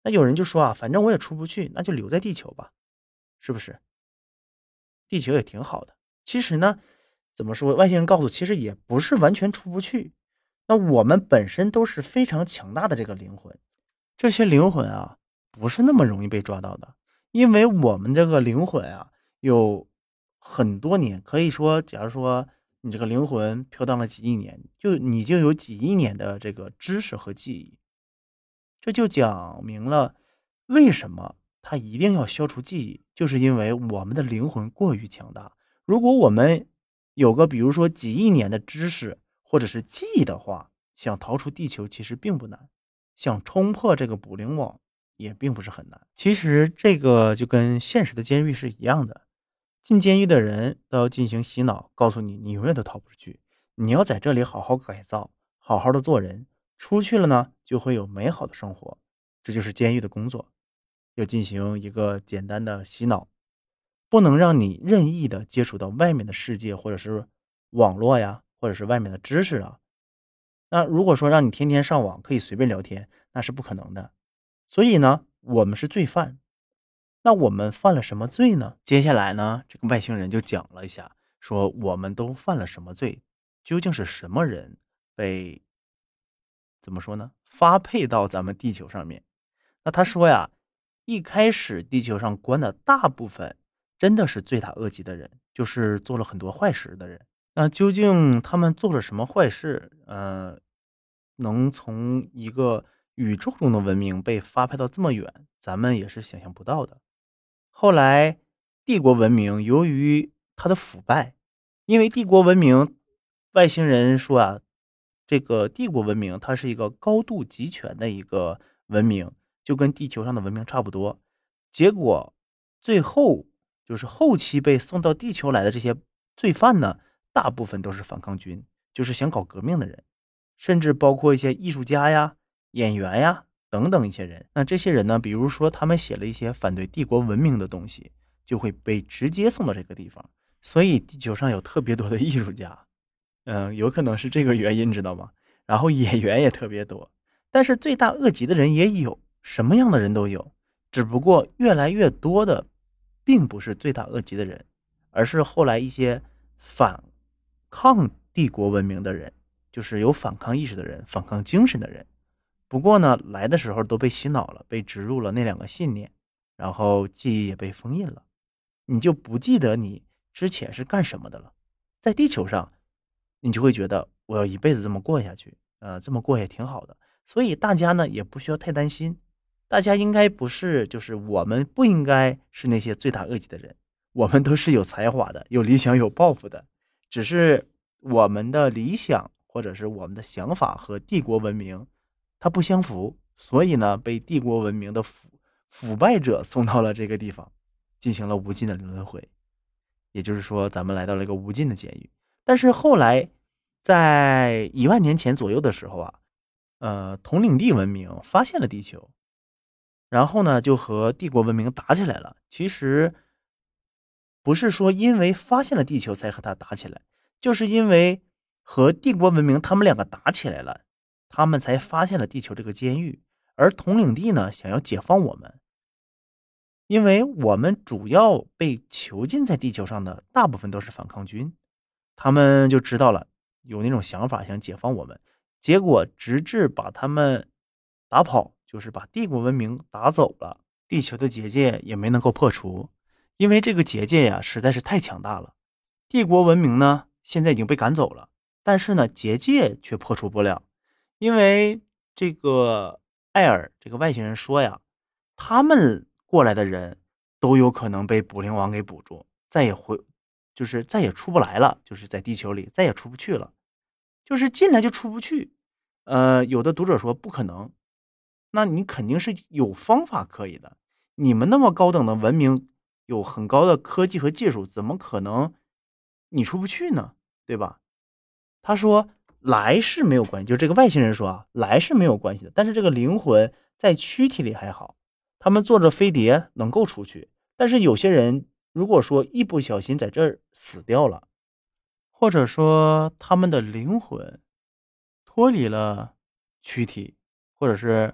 那有人就说啊，反正我也出不去，那就留在地球吧，是不是？地球也挺好的。其实呢，怎么说，外星人告诉其实也不是完全出不去。那我们本身都是非常强大的这个灵魂，这些灵魂啊，不是那么容易被抓到的，因为我们这个灵魂啊，有很多年，可以说，假如说你这个灵魂飘荡了几亿年，你就有几亿年的这个知识和记忆，这就讲明了为什么他一定要消除记忆，就是因为我们的灵魂过于强大。如果我们有个比如说几亿年的知识或者是记忆的话，想逃出地球其实并不难，想冲破这个捕灵网也并不是很难。其实这个就跟现实的监狱是一样的，进监狱的人都要进行洗脑，告诉你你永远都逃不出去，你要在这里好好改造，好好的做人，出去了呢就会有美好的生活。这就是监狱的工作，要进行一个简单的洗脑，不能让你任意的接触到外面的世界，或者是网络呀，或者是外面的知识啊。那如果说让你天天上网可以随便聊天，那是不可能的。所以呢，我们是罪犯。那我们犯了什么罪呢？接下来呢，这个外星人就讲了一下，说我们都犯了什么罪，究竟是什么人被怎么说呢？发配到咱们地球上面。那他说呀，一开始地球上关的大部分真的是罪大恶极的人，就是做了很多坏事的人。那究竟他们做了什么坏事？能从一个宇宙中的文明被发配到这么远，咱们也是想象不到的。后来，帝国文明由于它的腐败，因为帝国文明，外星人说啊，这个帝国文明它是一个高度集权的一个文明，就跟地球上的文明差不多。结果最后就是后期被送到地球来的这些罪犯呢，大部分都是反抗军，就是想搞革命的人，甚至包括一些艺术家呀、演员呀等等一些人。那这些人呢，比如说他们写了一些反对帝国文明的东西，就会被直接送到这个地方。所以地球上有特别多的艺术家，有可能是这个原因，知道吗？然后演员也特别多，但是罪大恶极的人也有，什么样的人都有，只不过越来越多的，并不是罪大恶极的人，而是后来一些反抗帝国文明的人，就是有反抗意识的人、反抗精神的人。不过呢，来的时候都被洗脑了，被植入了那两个信念，然后记忆也被封印了，你就不记得你之前是干什么的了。在地球上，你就会觉得我要一辈子这么过下去，这么过也挺好的。所以大家呢也不需要太担心，大家应该不是，就是我们不应该是那些罪大恶极的人，我们都是有才华的，有理想、有抱负的，只是我们的理想或者是我们的想法和帝国文明它不相符，所以呢被帝国文明的腐败者送到了这个地方，进行了无尽的轮回。也就是说，咱们来到了一个无尽的监狱。但是后来，在1万年前左右的时候啊，统领地文明发现了地球，然后呢，就和帝国文明打起来了。其实不是说因为发现了地球才和他打起来，就是因为和帝国文明他们两个打起来了，他们才发现了地球这个监狱。而统领地呢，想要解放我们，因为我们主要被囚禁在地球上的大部分都是反抗军，他们就知道了有那种想法想解放我们，结果直至把他们打跑，就是把帝国文明打走了，地球的结界也没能够破除，因为这个结界呀实在是太强大了。帝国文明呢现在已经被赶走了，但是呢结界却破除不了，因为这个艾尔这个外星人说呀，他们过来的人都有可能被捕灵王给捕住，就是再也出不来了，就是在地球里再也出不去了，就是进来就出不去。有的读者说不可能，那你肯定是有方法可以的。你们那么高等的文明，有很高的科技和技术，怎么可能你出不去呢？对吧？他说来是没有关系，就这个外星人说啊，来是没有关系的，但是这个灵魂在躯体里还好，他们坐着飞碟能够出去，但是有些人如果说一不小心在这儿死掉了，或者说他们的灵魂脱离了躯体，或者是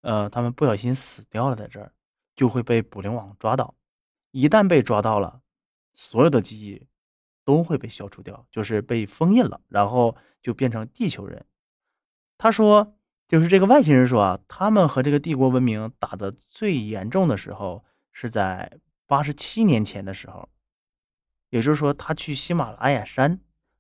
他们不小心死掉了在这儿，就会被捕灵网抓到。一旦被抓到了，所有的记忆都会被消除掉，就是被封印了，然后就变成地球人。他说，就是这个外星人说啊，他们和这个帝国文明打的最严重的时候是在87年前的时候，也就是说，他去喜马拉雅山，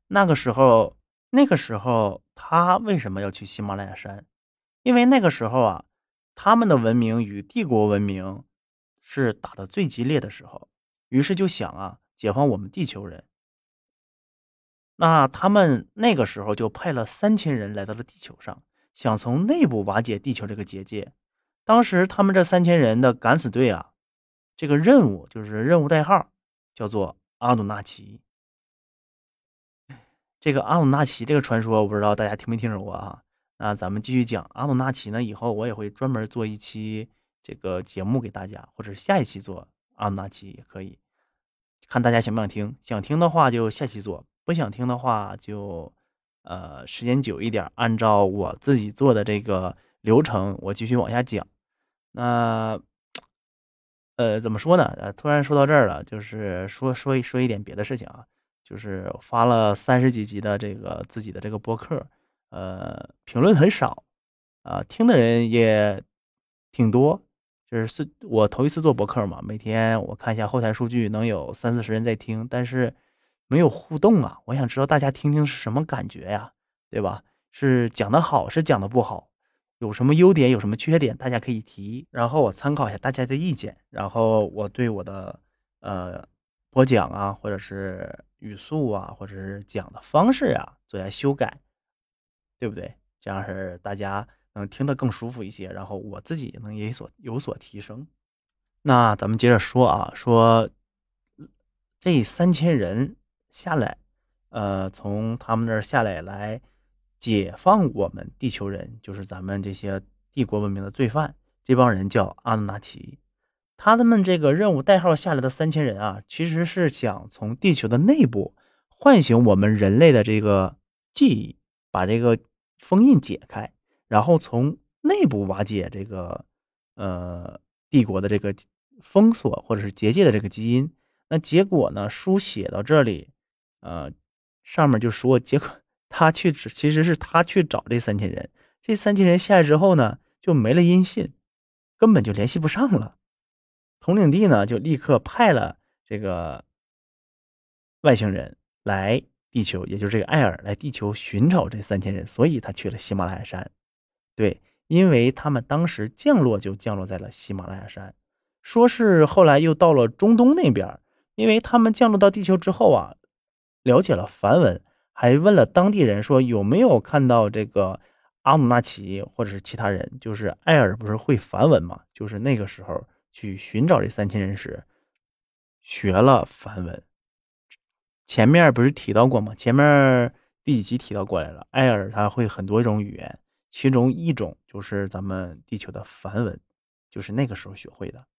那个时候他为什么要去喜马拉雅山？因为那个时候啊，他们的文明与帝国文明是打的最激烈的时候，于是就想啊，解放我们地球人。那他们那个时候就派了3000人来到了地球上，想从内部瓦解地球这个结界。当时他们这3000人的敢死队啊，这个任务就是任务代号叫做阿努纳奇。这个阿努纳奇这个传说，我不知道大家听没听说过啊？那咱们继续讲阿努纳奇呢，以后我也会专门做一期这个节目给大家，或者下一期做阿努纳奇也可以，看大家想不想听。想听的话就下期做，不想听的话就时间久一点，按照我自己做的这个流程，我继续往下讲。那怎么说呢？突然说到这儿了，就是说一点别的事情啊。就是发了30几集的这个自己的这个播客，评论很少啊，听的人也挺多。就是我头一次做播客嘛，每天我看一下后台数据，能有30-40人在听，但是没有互动啊。我想知道大家听听是什么感觉呀，对吧？是讲的好，是讲的不好，有什么优点，有什么缺点，大家可以提，然后我参考一下大家的意见，然后我对我的播讲啊，或者是语速啊，或者是讲的方式啊，做下修改，对不对？这样是大家能听得更舒服一些，然后我自己也能有所提升。那咱们接着说啊，说这3000人下来，从他们那儿下来解放我们地球人，就是咱们这些帝国文明的罪犯。这帮人叫阿努纳奇，他们这个任务代号下来的3000人啊，其实是想从地球的内部唤醒我们人类的这个记忆，把这个封印解开，然后从内部瓦解这个帝国的这个封锁或者是结界的这个基因。那结果呢，书写到这里，呃，上面就说结果其实是他去找这3000人，这3000人下来之后呢，就没了音信，根本就联系不上了。统领地呢就立刻派了这个外星人来地球，也就是这个艾尔来地球寻找这3000人，所以他去了喜马拉雅山。对，因为他们当时降落就降落在了喜马拉雅山，说是后来又到了中东那边，因为他们降落到地球之后啊，了解了梵文，还问了当地人说有没有看到这个阿努纳奇或者是其他人，就是艾尔不是会梵文嘛，就是那个时候去寻找这3000人时学了梵文。前面不是提到过吗？前面第几集提到过来了，艾尔他会很多种语言，其中一种就是咱们地球的梵文，就是那个时候学会的。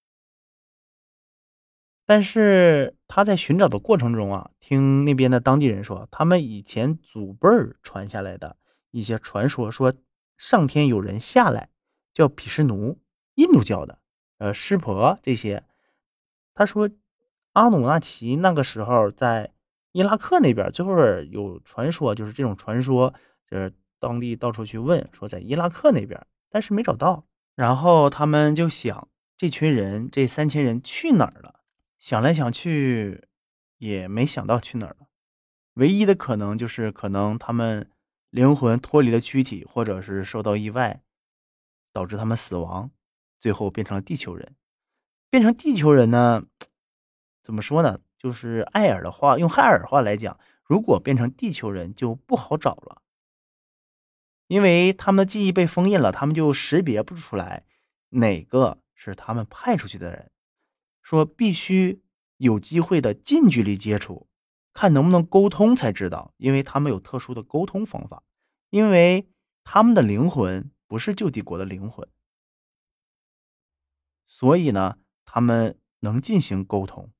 但是他在寻找的过程中啊，听那边的当地人说，他们以前祖辈儿传下来的一些传说，说上天有人下来叫毗湿奴，印度教的，湿婆这些。他说阿努纳奇那个时候在伊拉克那边，最后有传说，就是这种传说，就是当地到处去问，说在伊拉克那边，但是没找到。然后他们就想，这群人这3000人去哪儿了？想来想去，也没想到去哪儿了。唯一的可能就是可能他们灵魂脱离了躯体，或者是受到意外，导致他们死亡，最后变成了地球人。变成地球人呢，怎么说呢？就是艾尔的话，用艾尔话来讲，如果变成地球人就不好找了，因为他们的记忆被封印了，他们就识别不出来哪个是他们派出去的人。说必须有机会的近距离接触，看能不能沟通才知道，因为他们有特殊的沟通方法，因为他们的灵魂不是旧帝国的灵魂，所以呢，他们能进行沟通。